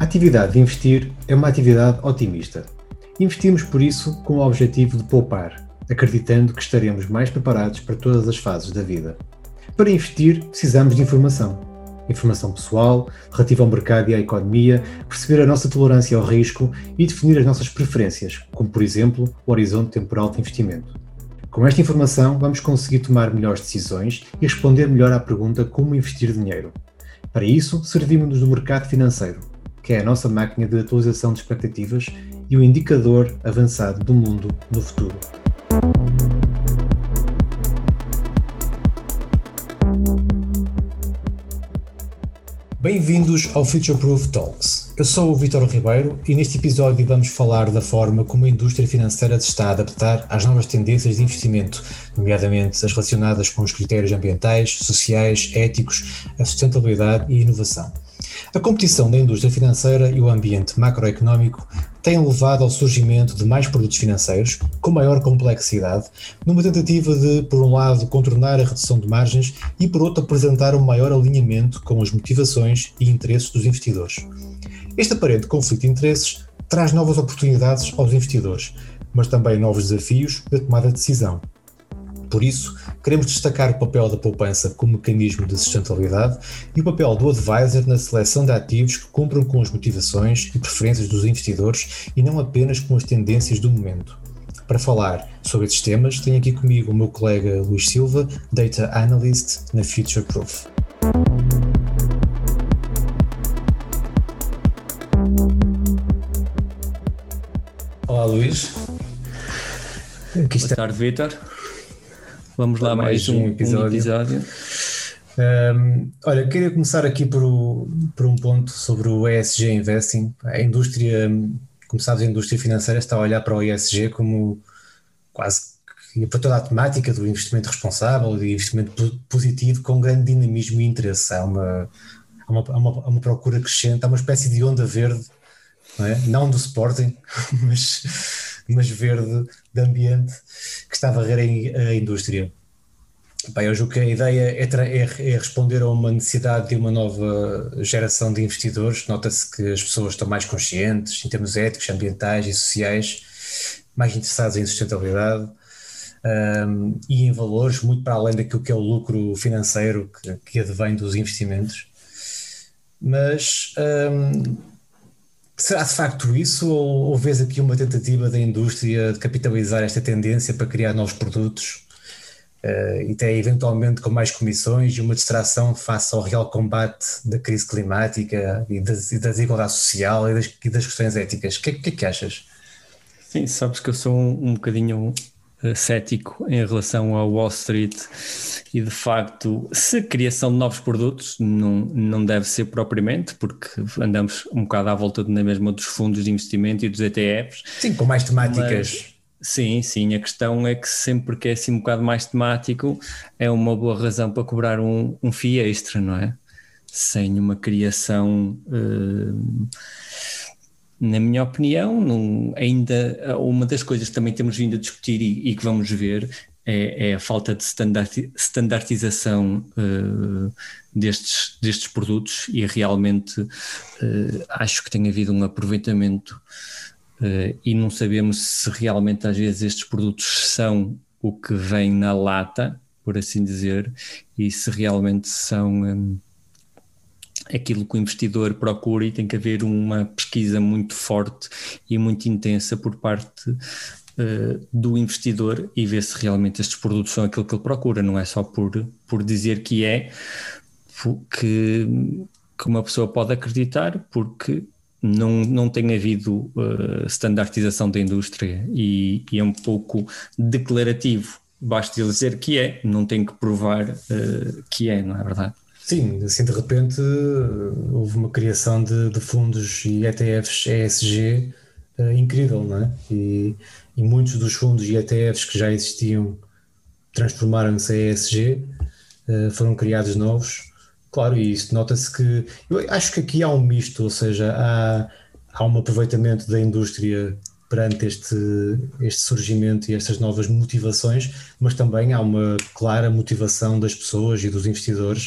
A atividade de investir é uma atividade otimista. Investimos por isso com o objetivo de poupar, acreditando que estaremos mais preparados para todas as fases da vida. Para investir, precisamos de informação. Informação pessoal, relativa ao mercado e à economia, perceber a nossa tolerância ao risco e definir as nossas preferências, como por exemplo o horizonte temporal de investimento. Com esta informação, vamos conseguir tomar melhores decisões e responder melhor à pergunta como investir dinheiro. Para isso, servimos-nos do mercado financeiro, que é a nossa máquina de atualização de expectativas e o indicador avançado do mundo no futuro. Bem-vindos ao Future Proof Talks. Eu sou o Vítor Ribeiro e neste episódio vamos falar da forma como a indústria financeira se está a adaptar às novas tendências de investimento, nomeadamente as relacionadas com os critérios ambientais, sociais, éticos, a sustentabilidade e a inovação. A competição da indústria financeira e o ambiente macroeconómico têm levado ao surgimento de mais produtos financeiros com maior complexidade, numa tentativa de, por um lado, contornar a redução de margens e, por outro, apresentar um maior alinhamento com as motivações e interesses dos investidores. Este aparente conflito de interesses traz novas oportunidades aos investidores, mas também novos desafios na tomada de decisão. Por isso, queremos destacar o papel da poupança como mecanismo de sustentabilidade e o papel do advisor na seleção de ativos que cumpram com as motivações e preferências dos investidores e não apenas com as tendências do momento. Para falar sobre estes temas, tenho aqui comigo o meu colega Luís Silva, Data Analyst na Future Proof. Olá Luís. Boa tarde, Vítor. Vamos lá, mais um episódio. Olha, queria começar aqui por um ponto sobre o ESG Investing. A indústria, como sabes, a indústria financeira está a olhar para o ESG como quase para toda a temática do investimento responsável e investimento positivo com grande dinamismo e interesse. Há uma procura crescente, há uma espécie de onda verde, não do Sporting, mas verde, de ambiente, que está a varrer a indústria. Bem, eu julgo que a ideia é responder a uma necessidade de uma nova geração de investidores. Nota-se que as pessoas estão mais conscientes em termos éticos, ambientais e sociais, mais interessados em sustentabilidade e em valores, muito para além daquilo que é o lucro financeiro que advém dos investimentos. Mas será de facto isso ou vês aqui uma tentativa da indústria de capitalizar esta tendência para criar novos produtos e até eventualmente com mais comissões e uma distração face ao real combate da crise climática e da desigualdade social e das questões éticas? O que é que achas? Sim, sabes que eu sou um bocadinho cético em relação ao Wall Street e de facto se a criação de novos produtos não deve ser propriamente, porque andamos um bocado à volta na mesma dos fundos de investimento e dos ETFs. Sim, com mais temáticas. Mas, sim, a questão é que sempre que é assim um bocado mais temático é uma boa razão para cobrar um FII extra, não é? Sem uma criação... Na minha opinião, ainda uma das coisas que também temos vindo a discutir e que vamos ver é a falta de standardização destes produtos e realmente acho que tem havido um aproveitamento e não sabemos se realmente às vezes estes produtos são o que vem na lata, por assim dizer, e se realmente são... aquilo que o investidor procura, e tem que haver uma pesquisa muito forte e muito intensa por parte do investidor e ver se realmente estes produtos são aquilo que ele procura, não é só por dizer que uma pessoa pode acreditar, porque não tem havido standardização da indústria e é um pouco declarativo, basta ele dizer que não tem que provar que não é verdade? Sim, assim de repente houve uma criação de fundos e ETFs ESG incrível, não é? E muitos dos fundos e ETFs que já existiam transformaram-se em ESG, foram criados novos. Claro, e isso nota-se que... Eu acho que aqui há um misto, ou seja, há um aproveitamento da indústria perante este surgimento e estas novas motivações, mas também há uma clara motivação das pessoas e dos investidores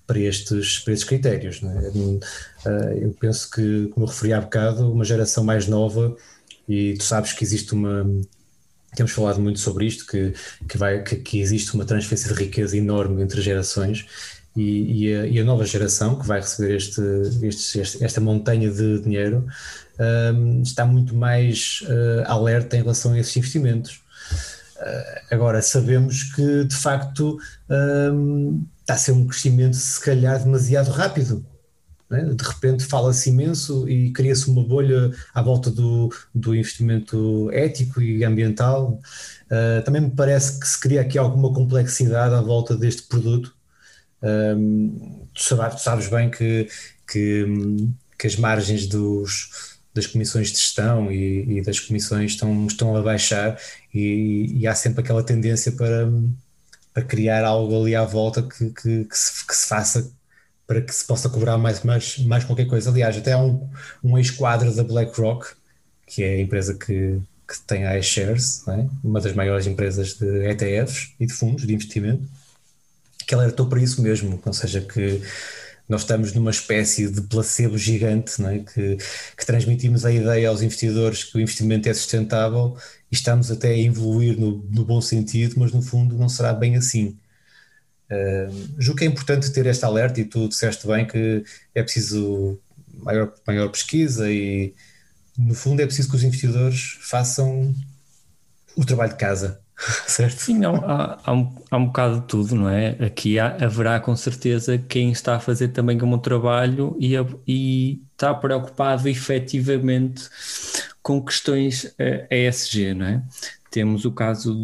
para estes critérios, não é? Eu penso que, como eu referi há bocado, uma geração mais nova, e tu sabes que existe temos falado muito sobre isto, que existe uma transferência de riqueza enorme entre gerações, e a nova geração que vai receber esta montanha de dinheiro está muito mais alerta em relação a esses investimentos. Agora, sabemos que de facto está a ser um crescimento se calhar demasiado rápido. De repente fala-se imenso e cria-se uma bolha à volta do investimento ético e ambiental. Também me parece que se cria aqui alguma complexidade à volta deste produto. Tu sabes bem que as margens das comissões de gestão e das comissões estão a baixar, e há sempre aquela tendência para criar algo ali à volta que se faça para que se possa cobrar mais qualquer coisa. Aliás, até há um ex-quadro da BlackRock, que é a empresa que tem a iShares, não é? Uma das maiores empresas de ETFs e de fundos de investimento, que alertou para isso mesmo, ou seja, que nós estamos numa espécie de placebo gigante, não é? Que transmitimos a ideia aos investidores que o investimento é sustentável e estamos até a evoluir no bom sentido, mas no fundo não será bem assim. Julgo que é importante ter esta alerta, e tu disseste bem que é preciso maior pesquisa, e no fundo é preciso que os investidores façam o trabalho de casa, certo? Sim, não, há um bocado de tudo, não é? Aqui haverá com certeza quem está a fazer também o meu trabalho e está preocupado efetivamente com questões ESG, não é? Temos o caso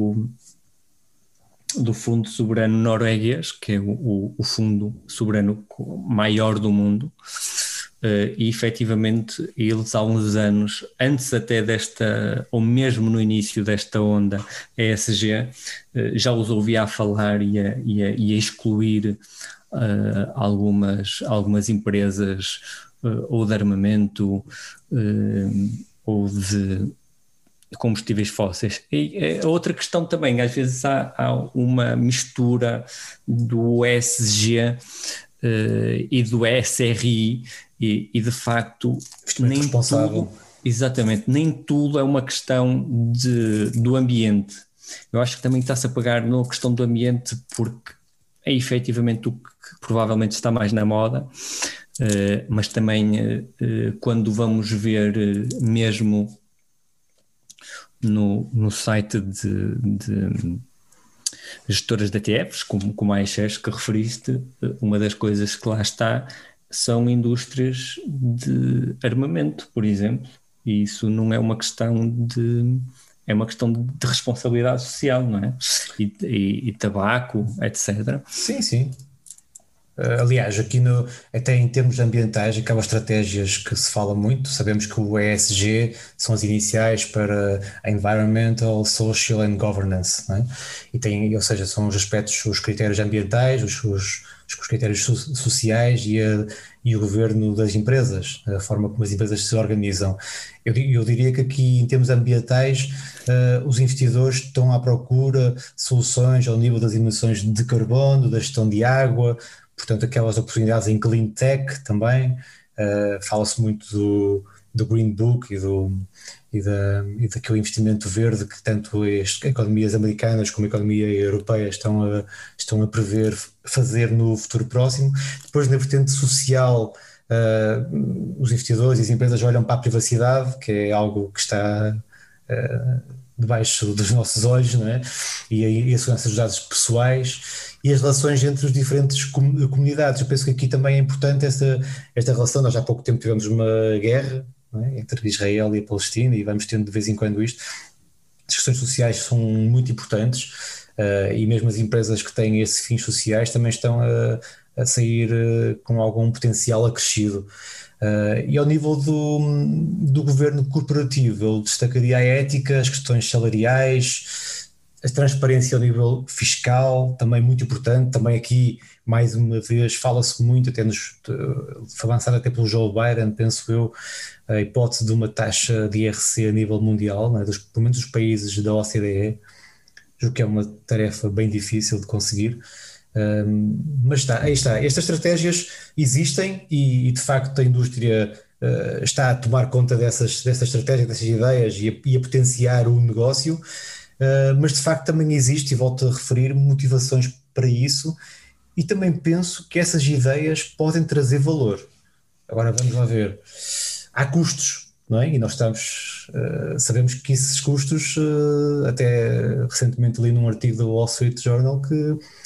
do Fundo Soberano Norueguês, que é o fundo soberano maior do mundo, e efetivamente eles há uns anos, antes até ou mesmo no início desta onda ESG, já os ouvia a falar e a excluir algumas empresas ou de armamento ou de combustíveis fósseis. E outra questão também, às vezes há uma mistura do ESG e do SRI, e de facto nem tudo, exatamente, nem tudo é uma questão do ambiente. Eu acho que também está-se a pegar na questão do ambiente porque é efetivamente o que provavelmente está mais na moda, mas também quando vamos ver mesmo no site de gestoras de ETFs, como a iShares que referiste, uma das coisas que lá está são indústrias de armamento, por exemplo, e isso não é uma questão é uma questão de responsabilidade social, não é? E tabaco, etc. Sim, sim. Aliás, aqui até em termos ambientais, aquelas estratégias que se fala muito, sabemos que o ESG são as iniciais para a Environmental, Social and Governance, não é? Ou seja, são os aspectos, os critérios ambientais, os critérios sociais e o governo das empresas, a forma como as empresas se organizam. Eu diria que aqui, em termos ambientais, os investidores estão à procura de soluções ao nível das emissões de carbono, da gestão de água, portanto, aquelas oportunidades em clean tech também. Fala-se muito do Green Book e daquele investimento verde que tanto as economias americanas como a economia europeia estão a prever fazer no futuro próximo. Depois, na vertente social, os investidores e as empresas olham para a privacidade, que é algo que está debaixo dos nossos olhos, não é? E a segurança dos dados pessoais e as relações entre as diferentes comunidades. Eu penso que aqui também é importante esta relação. Nós há pouco tempo tivemos uma guerra, não é, entre Israel e a Palestina, e vamos tendo de vez em quando isto. As questões sociais são muito importantes, e mesmo as empresas que têm esses fins sociais também estão a sair com algum potencial acrescido. E ao nível do governo corporativo, eu destacaria a ética, as questões salariais, a transparência ao nível fiscal, também muito importante. Também aqui, mais uma vez, fala-se muito, foi lançado até pelo Joe Biden, penso eu, a hipótese de uma taxa de IRC a nível mundial, não é? Pelo menos dos países da OCDE. Julgo que é uma tarefa bem difícil de conseguir. Mas aí está, estas estratégias existem e de facto a indústria está a tomar conta dessas estratégias, dessas ideias e a potenciar o negócio, mas de facto também existe, e volto a referir, motivações para isso, e também penso que essas ideias podem trazer valor. Agora vamos lá ver. Há custos, não é? E nós sabemos que esses custos, até recentemente li num artigo do Wall Street Journal que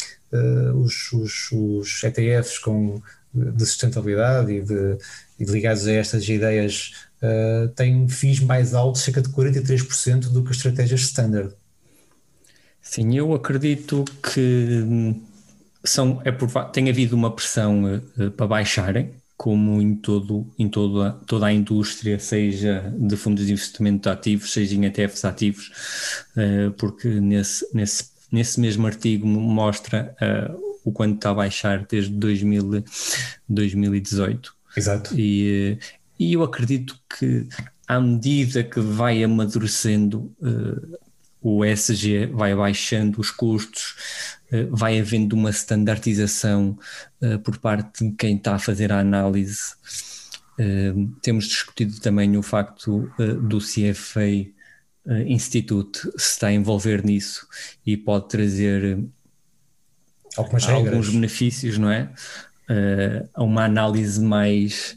os ETFs de sustentabilidade e ligados a estas ideias têm FIIs mais altos, cerca de 43% do que as estratégias standard. Sim, eu acredito que tem havido uma pressão para baixarem, como em toda a indústria, seja de fundos de investimento ativos, seja em ETFs ativos, porque nesse mesmo artigo mostra o quanto está a baixar desde 2018. Exato. E eu acredito que à medida que vai amadurecendo o ESG, vai baixando os custos, vai havendo uma standardização por parte de quem está a fazer a análise. Temos discutido também o facto do CFA Institute se está a envolver nisso e pode trazer alguns benefícios, não é? A uma análise mais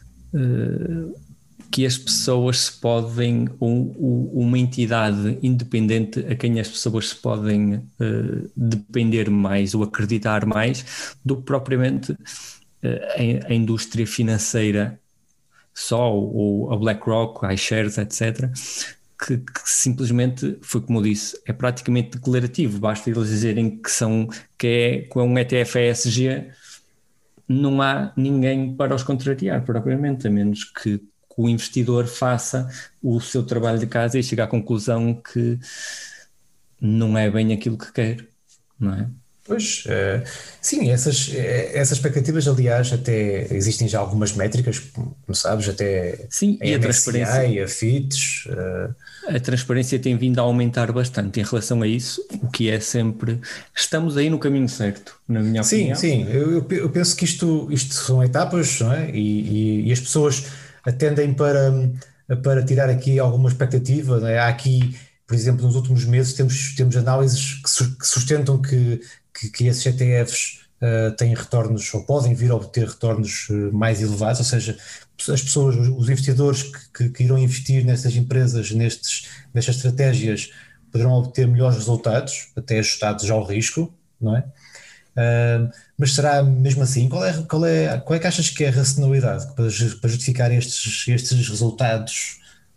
que as pessoas se podem, uma entidade independente a quem as pessoas se podem depender mais ou acreditar mais do que propriamente a indústria financeira só, ou a BlackRock, a iShares, etc., que simplesmente, foi como eu disse, é praticamente declarativo, basta eles dizerem que é um ETF ESG, não há ninguém para os contrariar propriamente, a menos que o investidor faça o seu trabalho de casa e chegue à conclusão que não é bem aquilo que quer, não é? Pois, sim, essas expectativas, aliás, até existem já algumas métricas, como sabes, até sim, a MSCI, a Fitch. A transparência tem vindo a aumentar bastante em relação a isso, o que é sempre... Estamos aí no caminho certo, na minha opinião. Sim, eu penso que isto são etapas, não é? E as pessoas atendem para tirar aqui alguma expectativa, não é? Há aqui, por exemplo, nos últimos meses temos análises que sustentam que esses ETFs têm retornos, ou podem vir a obter retornos mais elevados, ou seja, as pessoas, os investidores que irão investir nessas empresas, nestas estratégias, poderão obter melhores resultados, até ajustados ao risco, não é? Mas será mesmo assim? Qual é que achas que é a racionalidade para justificar estes resultados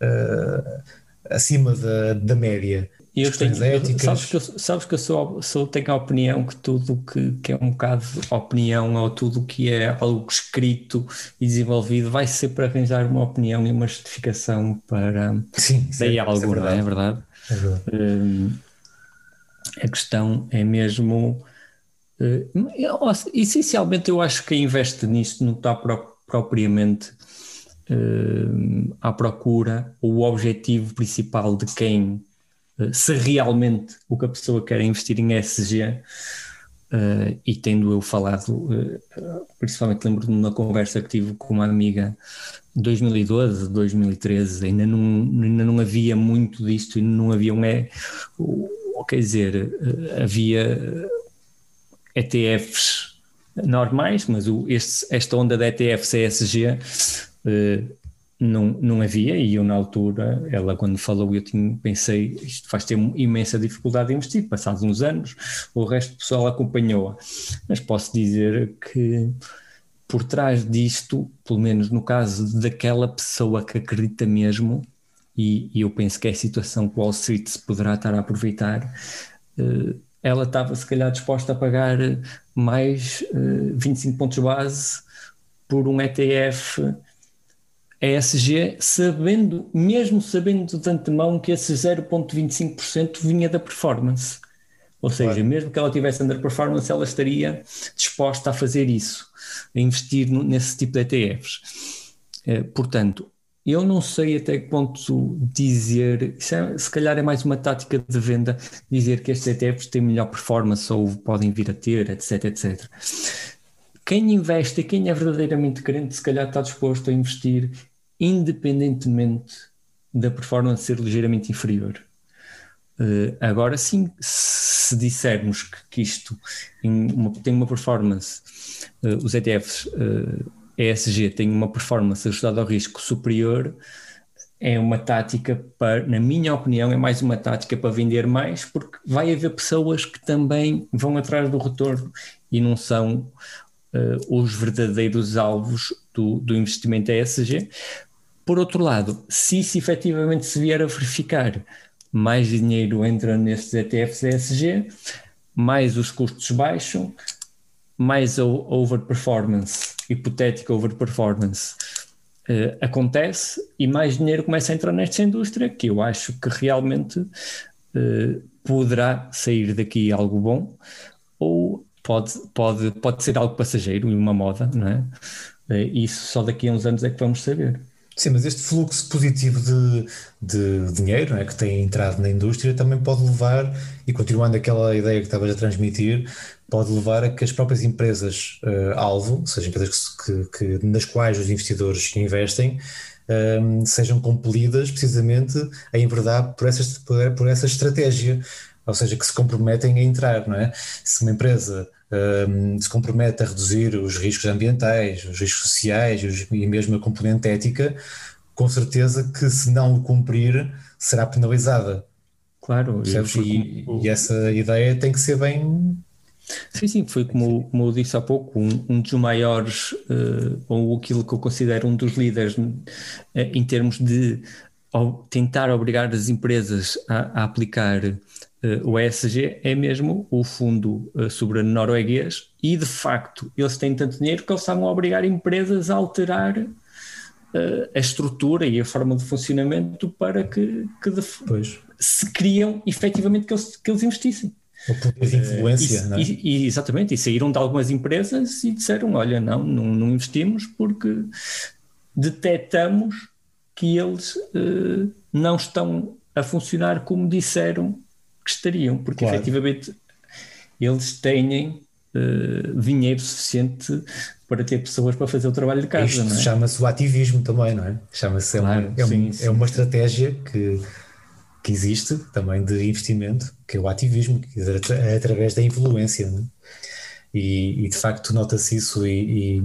acima da média? Sabes que eu tenho a opinião que tudo que é um bocado opinião, ou tudo que é algo escrito e desenvolvido vai ser para arranjar uma opinião e uma justificação para algo, não é verdade? É verdade. A questão é mesmo... essencialmente eu acho que quem investe nisto não está propriamente à procura, ou o objetivo principal de quem... se realmente o que a pessoa quer é investir em ESG, e tendo eu falado, principalmente lembro-me de uma conversa que tive com uma amiga em 2012, 2013, ainda não havia muito disto, ainda não havia quer dizer, havia ETFs normais, mas esta onda de ETFs ESG não havia, e eu na altura, ela quando falou, pensei, isto faz ter imensa dificuldade de investir. Passados uns anos, o resto do pessoal acompanhou-a, mas posso dizer que por trás disto, pelo menos no caso daquela pessoa que acredita mesmo, e eu penso que é a situação que Wall Street se poderá estar a aproveitar, ela estava se calhar disposta a pagar mais 25 pontos base por um ETF ESG, mesmo sabendo de antemão que esse 0,25% vinha da performance. Ou seja, claro, mesmo que ela tivesse underperformance, ela estaria disposta a fazer isso, a investir nesse tipo de ETFs. Portanto, Eu não sei até que ponto dizer, se calhar é mais uma tática de venda, dizer que estes ETFs têm melhor performance ou podem vir a ter, etc, etc. Quem investe e quem é verdadeiramente crente, se calhar está disposto a investir independentemente da performance ser ligeiramente inferior. Agora sim, se dissermos que isto tem uma performance, os ETFs ESG têm uma performance ajustada ao risco superior, é uma tática para, na minha opinião, é mais uma tática para vender mais, porque vai haver pessoas que também vão atrás do retorno e não são os verdadeiros alvos do investimento ESG. Por outro lado, se isso efetivamente se vier a verificar, mais dinheiro entra nestes ETFs ESG, mais os custos baixam, mais a overperformance, hipotética overperformance, acontece e mais dinheiro começa a entrar nesta indústria, que eu acho que realmente poderá sair daqui algo bom, ou pode ser algo passageiro e uma moda, não é? Isso só daqui a uns anos é que vamos saber. Sim, mas este fluxo positivo de dinheiro, não é, que tem entrado na indústria também pode levar, e continuando aquela ideia que estavas a transmitir, pode levar a que as próprias empresas alvo, ou seja, empresas nas quais os investidores investem, sejam compelidas precisamente a enverdar por essa estratégia, ou seja, que se comprometem a entrar, não é? Se uma empresa se compromete a reduzir os riscos ambientais, os riscos sociais e mesmo a componente ética, com certeza que se não o cumprir será penalizada. Claro, e essa ideia tem que ser bem... Sim, foi como eu disse há pouco, um dos maiores, ou aquilo que eu considero um dos líderes em termos de tentar obrigar as empresas a aplicar o ESG, é mesmo o Fundo Soberano Norueguês, e de facto eles têm tanto dinheiro que eles estavam a obrigar empresas a alterar a estrutura e a forma de funcionamento para que se criam efetivamente que eles investissem. O poder de influência, não é? Exatamente, e saíram de algumas empresas e disseram, olha, não investimos porque detectamos que eles não estão a funcionar como disseram que estariam, porque efetivamente eles têm dinheiro suficiente para ter pessoas para fazer o trabalho de casa. Isto não é? chama-se o ativismo também, não é? Chama-se, é uma estratégia que existe também de investimento, que é o ativismo, que é através da influência, não é? E de facto nota-se isso e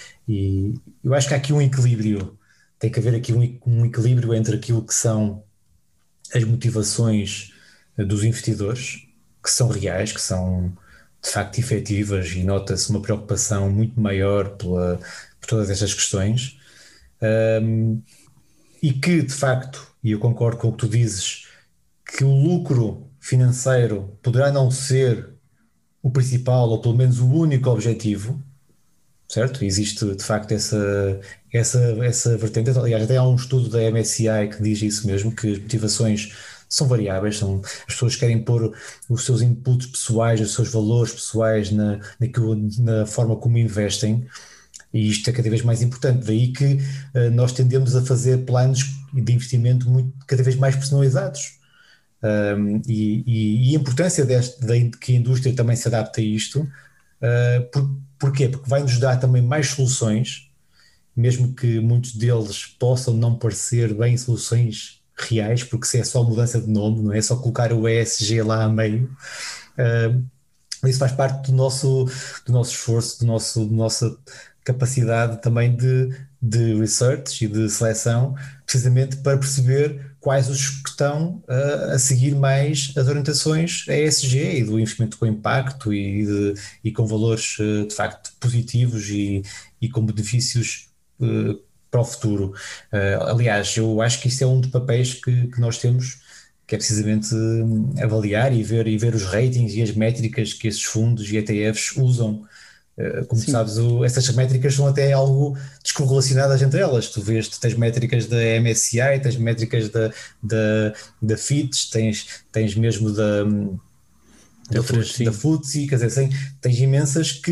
eu acho que há aqui um equilíbrio, tem que haver aqui um equilíbrio entre aquilo que são as motivações dos investidores, que são reais, que são de facto efetivas, e nota-se uma preocupação muito maior por todas estas questões, e que de facto, e eu concordo com o que tu dizes, que o lucro financeiro poderá não ser o principal ou pelo menos o único objetivo, certo? Existe de facto essa vertente. Aliás, até há um estudo da MSCI que diz isso mesmo, que as motivações são variáveis, as pessoas querem pôr os seus inputs pessoais, os seus valores pessoais na forma como investem, e isto é cada vez mais importante. Daí que nós tendemos a fazer planos de investimento cada vez mais personalizados. E a importância de que a indústria também se adapte a isto, porquê? Porque vai nos dar também mais soluções, mesmo que muitos deles possam não parecer bem soluções reais, porque se é só mudança de nome, não é só colocar o ESG lá a meio, isso faz parte do nosso esforço, da nossa capacidade também de research e de seleção, precisamente para perceber quais os que estão a seguir mais as orientações ESG e do investimento com impacto e com valores de facto positivos e com benefícios para o futuro. Aliás, eu acho que isso é um dos papéis que nós temos, que é precisamente avaliar e ver os ratings e as métricas que esses fundos e ETFs usam. Como tu sabes, essas métricas são até algo descorrelacionadas entre elas. Tu tens métricas da MSCI, tens métricas da Fitch, tens mesmo da FTSE, quer dizer, tens imensas que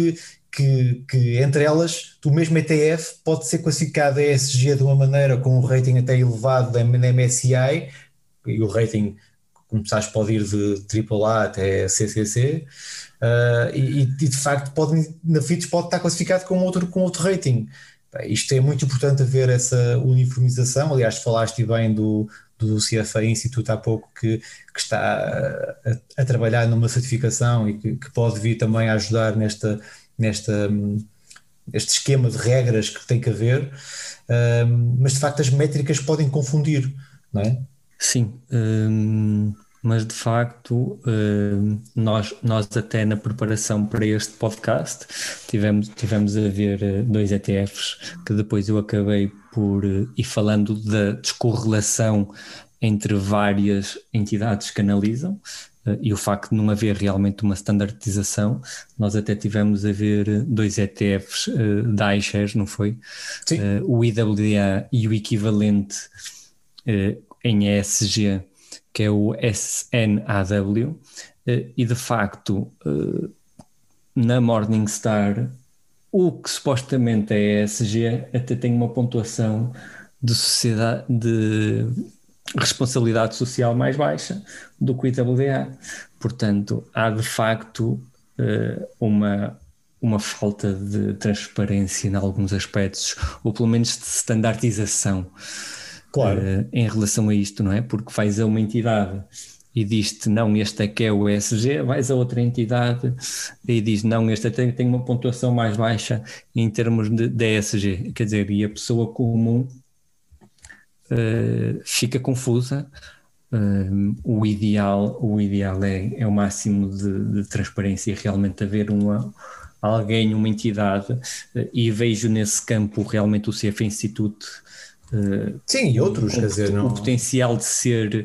que entre elas, o mesmo ETF pode ser classificado a ESG de uma maneira com um rating até elevado da MSCI, e o rating, como sabes, pode ir de AAA até CCC, e de facto na FIDS pode estar classificado com outro rating. Isto é muito importante haver essa uniformização. Aliás, falaste bem do CFA Institute há pouco, que está a trabalhar numa certificação e que pode vir também a ajudar este esquema de regras que tem que haver, mas de facto as métricas podem confundir, não é? Sim, mas de facto nós até na preparação para este podcast tivemos a ver 2 ETFs que depois eu acabei por ir falando da descorrelação entre várias entidades que analisam, e o facto de não haver realmente uma standardização. Nós até tivemos a ver 2 ETFs da iShares, não foi? Sim. O IWDA e o equivalente em ESG, que é o SNAW, e de facto na Morningstar o que supostamente é ESG até tem uma pontuação de sociedade, de responsabilidade social mais baixa do que o IWDA. Portanto, há de facto uma falta de transparência em alguns aspectos, ou pelo menos de standardização. Claro. Em relação a isto, não é? Porque vais a uma entidade e diz-te, não, este é que é o ESG, vais a outra entidade e diz, não, este até tem uma pontuação mais baixa em termos de ESG. Quer dizer, e a pessoa comum fica confusa. O ideal é o máximo de transparência e realmente haver alguém, uma entidade, e vejo nesse campo realmente o CFA Institute. Sim, e outros, quer dizer, o potencial de ser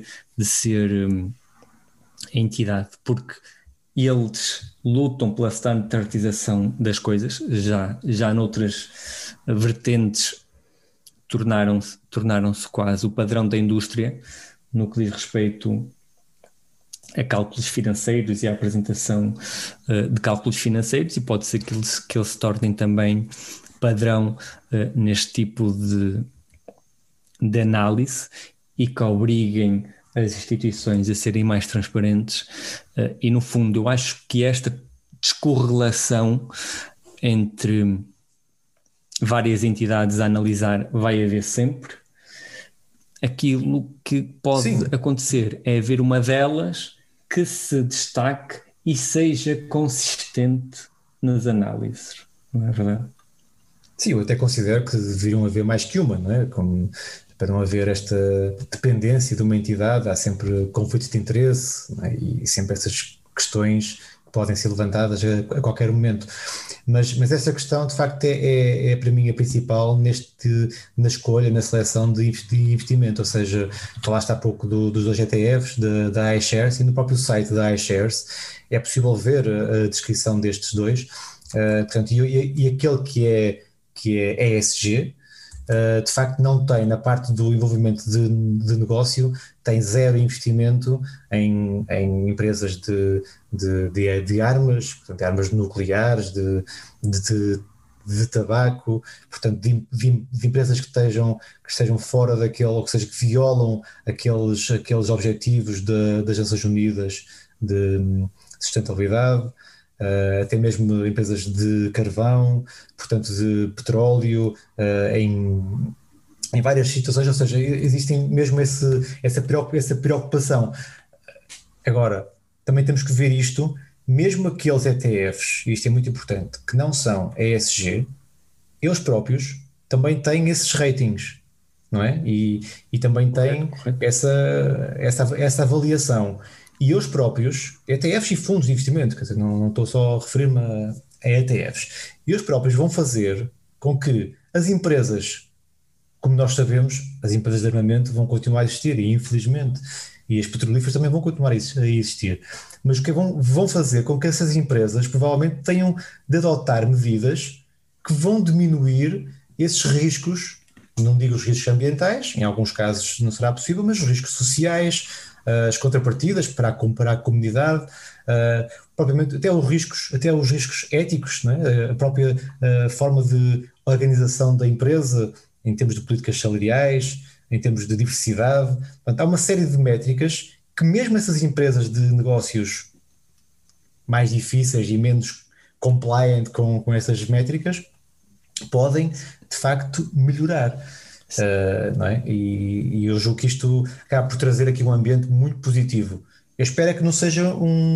entidade, porque eles lutam pela standardização das coisas, já noutras vertentes tornaram-se quase o padrão da indústria no que diz respeito a cálculos financeiros e à apresentação de cálculos financeiros, e pode ser que eles se tornem também padrão neste tipo de análise e que obriguem as instituições a serem mais transparentes, e no fundo eu acho que esta descorrelação entre várias entidades a analisar vai haver sempre. Aquilo que pode acontecer é haver uma delas que se destaque e seja consistente nas análises, não é verdade? Sim, eu até considero que deveriam haver mais que uma, não é? Para não haver esta dependência de uma entidade, há sempre conflitos de interesse, não é? E sempre essas questões que podem ser levantadas a qualquer momento. Mas essa questão, de facto, é para mim a principal na escolha, na seleção de investimento. Ou seja, falaste há pouco dos 2 ETFs da iShares, e no próprio site da iShares é possível ver a descrição destes dois. Portanto, e aquele que é ESG, de facto não tem, na parte do envolvimento de negócio, tem zero investimento em empresas de armas, portanto, de armas nucleares, de tabaco, portanto, de empresas que estejam fora daquele, ou que seja, que violam aqueles objetivos das Nações Unidas de sustentabilidade. Até mesmo empresas de carvão, portanto de petróleo, em várias situações, ou seja, existem mesmo essa preocupação. Agora, também temos que ver isto, mesmo aqueles ETFs, e isto é muito importante, que não são ESG, eles próprios também têm esses ratings, não é? E também têm essa avaliação. E eles próprios, ETFs e fundos de investimento, quer dizer, não estou só a referir-me a ETFs, e eles próprios vão fazer com que as empresas, como nós sabemos, as empresas de armamento vão continuar a existir, e infelizmente, e as petrolíferas também vão continuar a existir, mas o que vão fazer com que essas empresas provavelmente tenham de adotar medidas que vão diminuir esses riscos, não digo os riscos ambientais, em alguns casos não será possível, mas os riscos sociais, as contrapartidas para a comunidade, propriamente até os riscos éticos, não é? A própria forma de organização da empresa em termos de políticas salariais, em termos de diversidade. Portanto, há uma série de métricas que mesmo essas empresas de negócios mais difíceis e menos compliant com essas métricas podem, de facto, melhorar. Não é? E eu julgo que isto acaba por trazer aqui um ambiente muito positivo. Eu espero é que não seja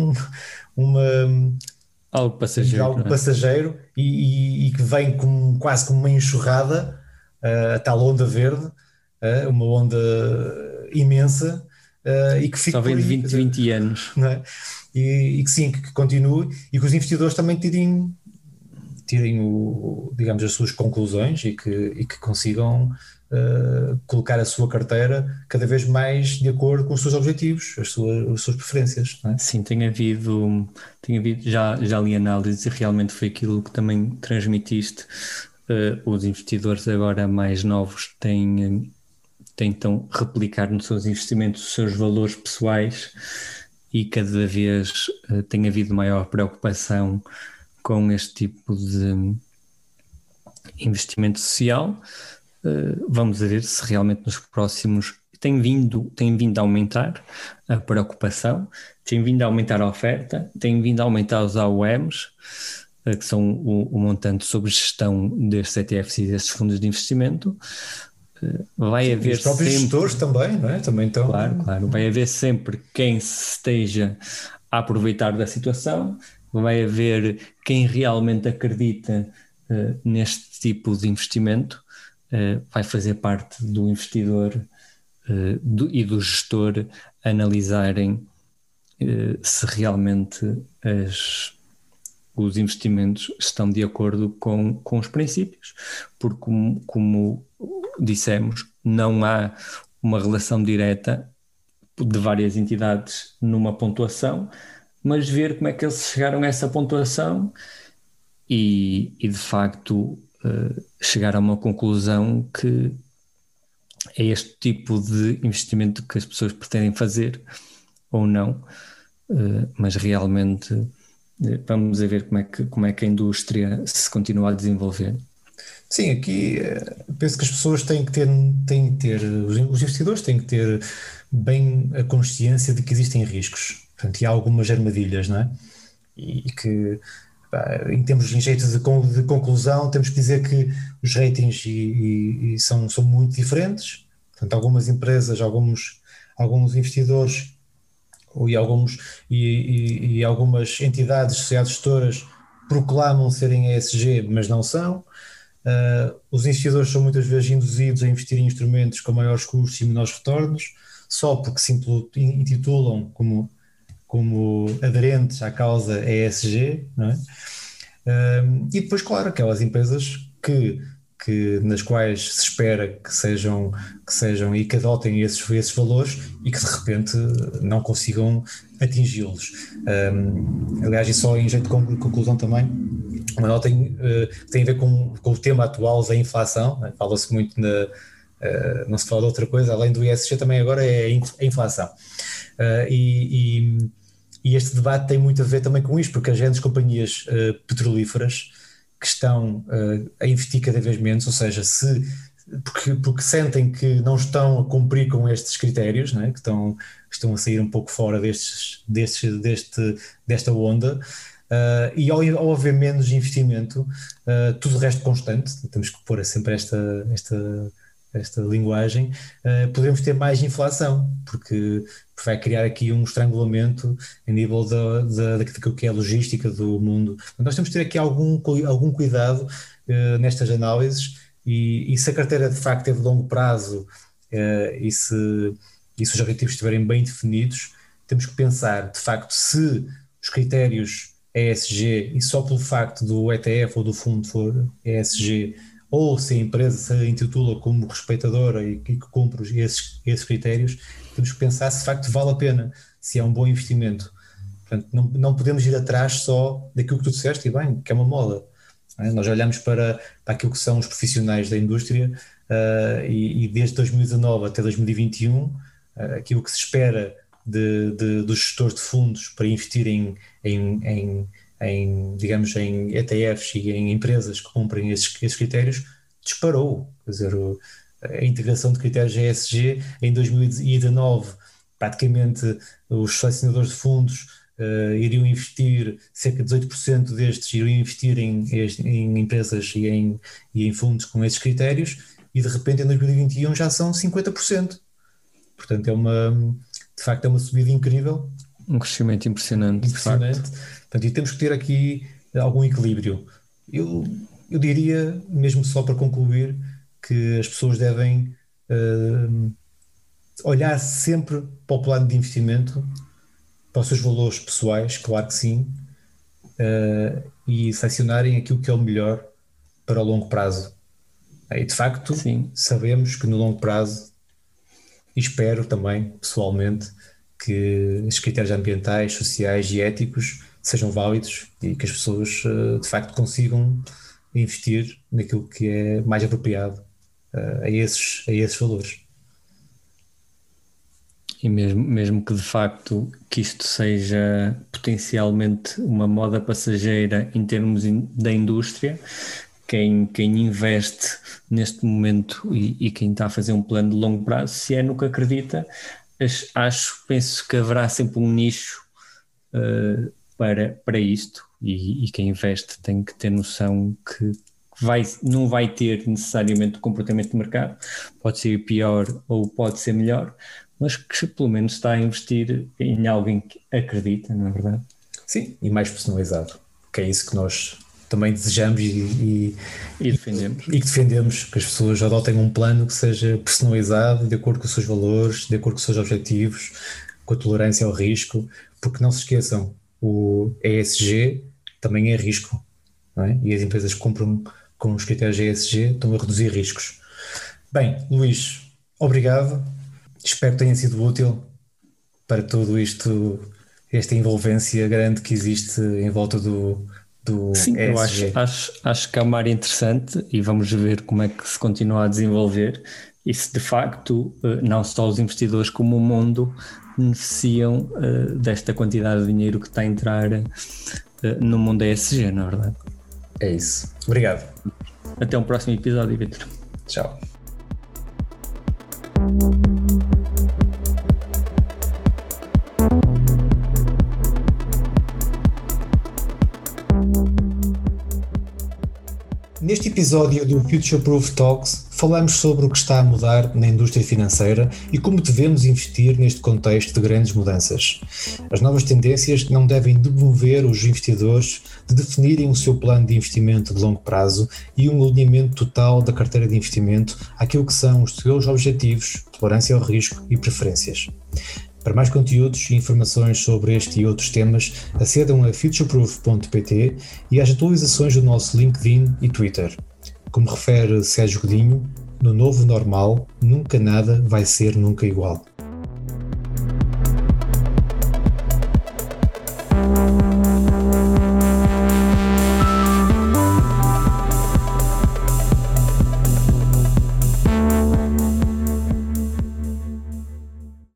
algo passageiro, algo passageiro e que vem quase como uma enxurrada, a tal onda verde, uma onda imensa, e que fique só vem por de aí, 20 anos. não é? E que sim, que continue e que os investidores também tirem digamos, as suas conclusões e que consigam colocar a sua carteira cada vez mais de acordo com os seus objetivos, as suas preferências, não é? Sim, tem havido já li análises e realmente foi aquilo que também transmitiste. Os investidores agora mais novos tentam replicar nos seus investimentos os seus valores pessoais e cada vez tem havido maior preocupação com este tipo de investimento social. Vamos ver se realmente nos próximos tem vindo a aumentar a preocupação, tem vindo a aumentar a oferta, tem vindo a aumentar os AUMs, que são o montante sobre gestão destes ETFs e destes fundos de investimento. Vai haver os próprios sempre, gestores também, não é? Também estão... Claro, vai haver sempre quem se esteja a aproveitar da situação, vai haver quem realmente acredita neste tipo de investimento, vai fazer parte do investidor e do gestor analisarem se realmente os investimentos estão de acordo com os princípios, porque como dissemos, não há uma relação direta de várias entidades numa pontuação, mas ver como é que eles chegaram a essa pontuação e de facto chegar a uma conclusão que é este tipo de investimento que as pessoas pretendem fazer ou não, mas realmente vamos ver como é que a indústria se continua a desenvolver. Sim, aqui penso que as pessoas têm que ter, os investidores têm que ter bem a consciência de que existem riscos, portanto, e há algumas armadilhas, não é? E que, em termos de jeito de conclusão, temos que dizer que os ratings são muito diferentes, portanto, algumas empresas, alguns investidores e algumas entidades, sociedades gestoras proclamam serem ESG, mas não são. Os investidores são muitas vezes induzidos a investir em instrumentos com maiores custos e menores retornos, só porque se intitulam como aderentes à causa ESG, não é? E depois, claro, aquelas empresas nas quais se espera que sejam e que adotem esses valores e que de repente não consigam atingi-los. Aliás, e só em jeito de conclusão também, uma nota tem a ver com o tema atual da inflação, né? Fala-se muito não se fala de outra coisa, além do ESG também agora é a inflação. E este debate tem muito a ver também com isto, porque as grandes companhias petrolíferas que estão a investir cada vez menos, ou seja, porque sentem que não estão a cumprir com estes critérios, né, que estão a sair um pouco fora desta onda, e ao haver menos investimento, tudo o resto constante, temos que pôr sempre esta linguagem, poderemos ter mais inflação, porque vai criar aqui um estrangulamento em nível daquilo que é a logística do mundo. Nós temos que ter aqui algum cuidado nestas análises e se a carteira de facto é de longo prazo e se os objetivos estiverem bem definidos, temos que pensar de facto se os critérios ESG e só pelo facto do ETF ou do fundo for ESG, ou se a empresa se intitula como respeitadora e que cumpre esses critérios, temos que pensar se de facto vale a pena, se é um bom investimento. Portanto, não podemos ir atrás só daquilo que tu disseste, e bem, que é uma moda. Nós olhamos para aquilo que são os profissionais da indústria e desde 2019 até 2021, aquilo que se espera dos gestores de fundos para investir digamos, em ETFs e em empresas que cumprem esses critérios disparou. Quer dizer, a integração de critérios ESG em 2019, praticamente os selecionadores de fundos iriam investir, cerca de 18% destes iriam investir em empresas e em fundos com esses critérios, e de repente em 2021 já são 50%. Portanto, de facto é uma subida incrível. Um crescimento impressionante. De facto. Portanto, e temos que ter aqui algum equilíbrio. Eu diria, mesmo só para concluir, que as pessoas devem olhar sempre para o plano de investimento, para os seus valores pessoais, claro que sim, e selecionarem aquilo que é o melhor para o longo prazo. E de facto, sim, sabemos que no longo prazo, e espero também, pessoalmente, que os critérios ambientais, sociais e éticos sejam válidos e que as pessoas de facto consigam investir naquilo que é mais apropriado a esses valores. E mesmo que de facto que isto seja potencialmente uma moda passageira em termos da indústria, quem investe neste momento e quem está a fazer um plano de longo prazo, se é no que acredita, penso que haverá sempre um nicho para isto, e quem investe tem que ter noção que não vai ter necessariamente o comportamento de mercado, pode ser pior ou pode ser melhor, mas que pelo menos está a investir em alguém que acredita, não é verdade? Sim, e mais personalizado, que é isso que nós também desejamos e defendemos. E que defendemos, que as pessoas adotem um plano que seja personalizado, de acordo com os seus valores, de acordo com os seus objetivos, com a tolerância ao risco, porque não se esqueçam, o ESG também é risco, não é? E as empresas que compram com os critérios ESG estão a reduzir riscos. Bem, Luís, obrigado, espero que tenha sido útil para tudo isto, esta envolvência grande que existe em volta do Sim, ESG. Eu acho que é uma área interessante e vamos ver como é que se continua a desenvolver e se de facto não só os investidores como o mundo beneficiam desta quantidade de dinheiro que está a entrar no mundo ESG, não é verdade? É isso. Obrigado. Até um próximo episódio, Vítor. Tchau. Neste episódio do Future Proof Talks, falamos sobre o que está a mudar na indústria financeira e como devemos investir neste contexto de grandes mudanças. As novas tendências não devem demover os investidores de definirem o seu plano de investimento de longo prazo e um alinhamento total da carteira de investimento àquilo que são os seus objetivos, tolerância ao risco e preferências. Para mais conteúdos e informações sobre este e outros temas, acedam a futureproof.pt e às atualizações do nosso LinkedIn e Twitter. Como refere Sérgio Godinho, no novo normal, nunca nada vai ser nunca igual.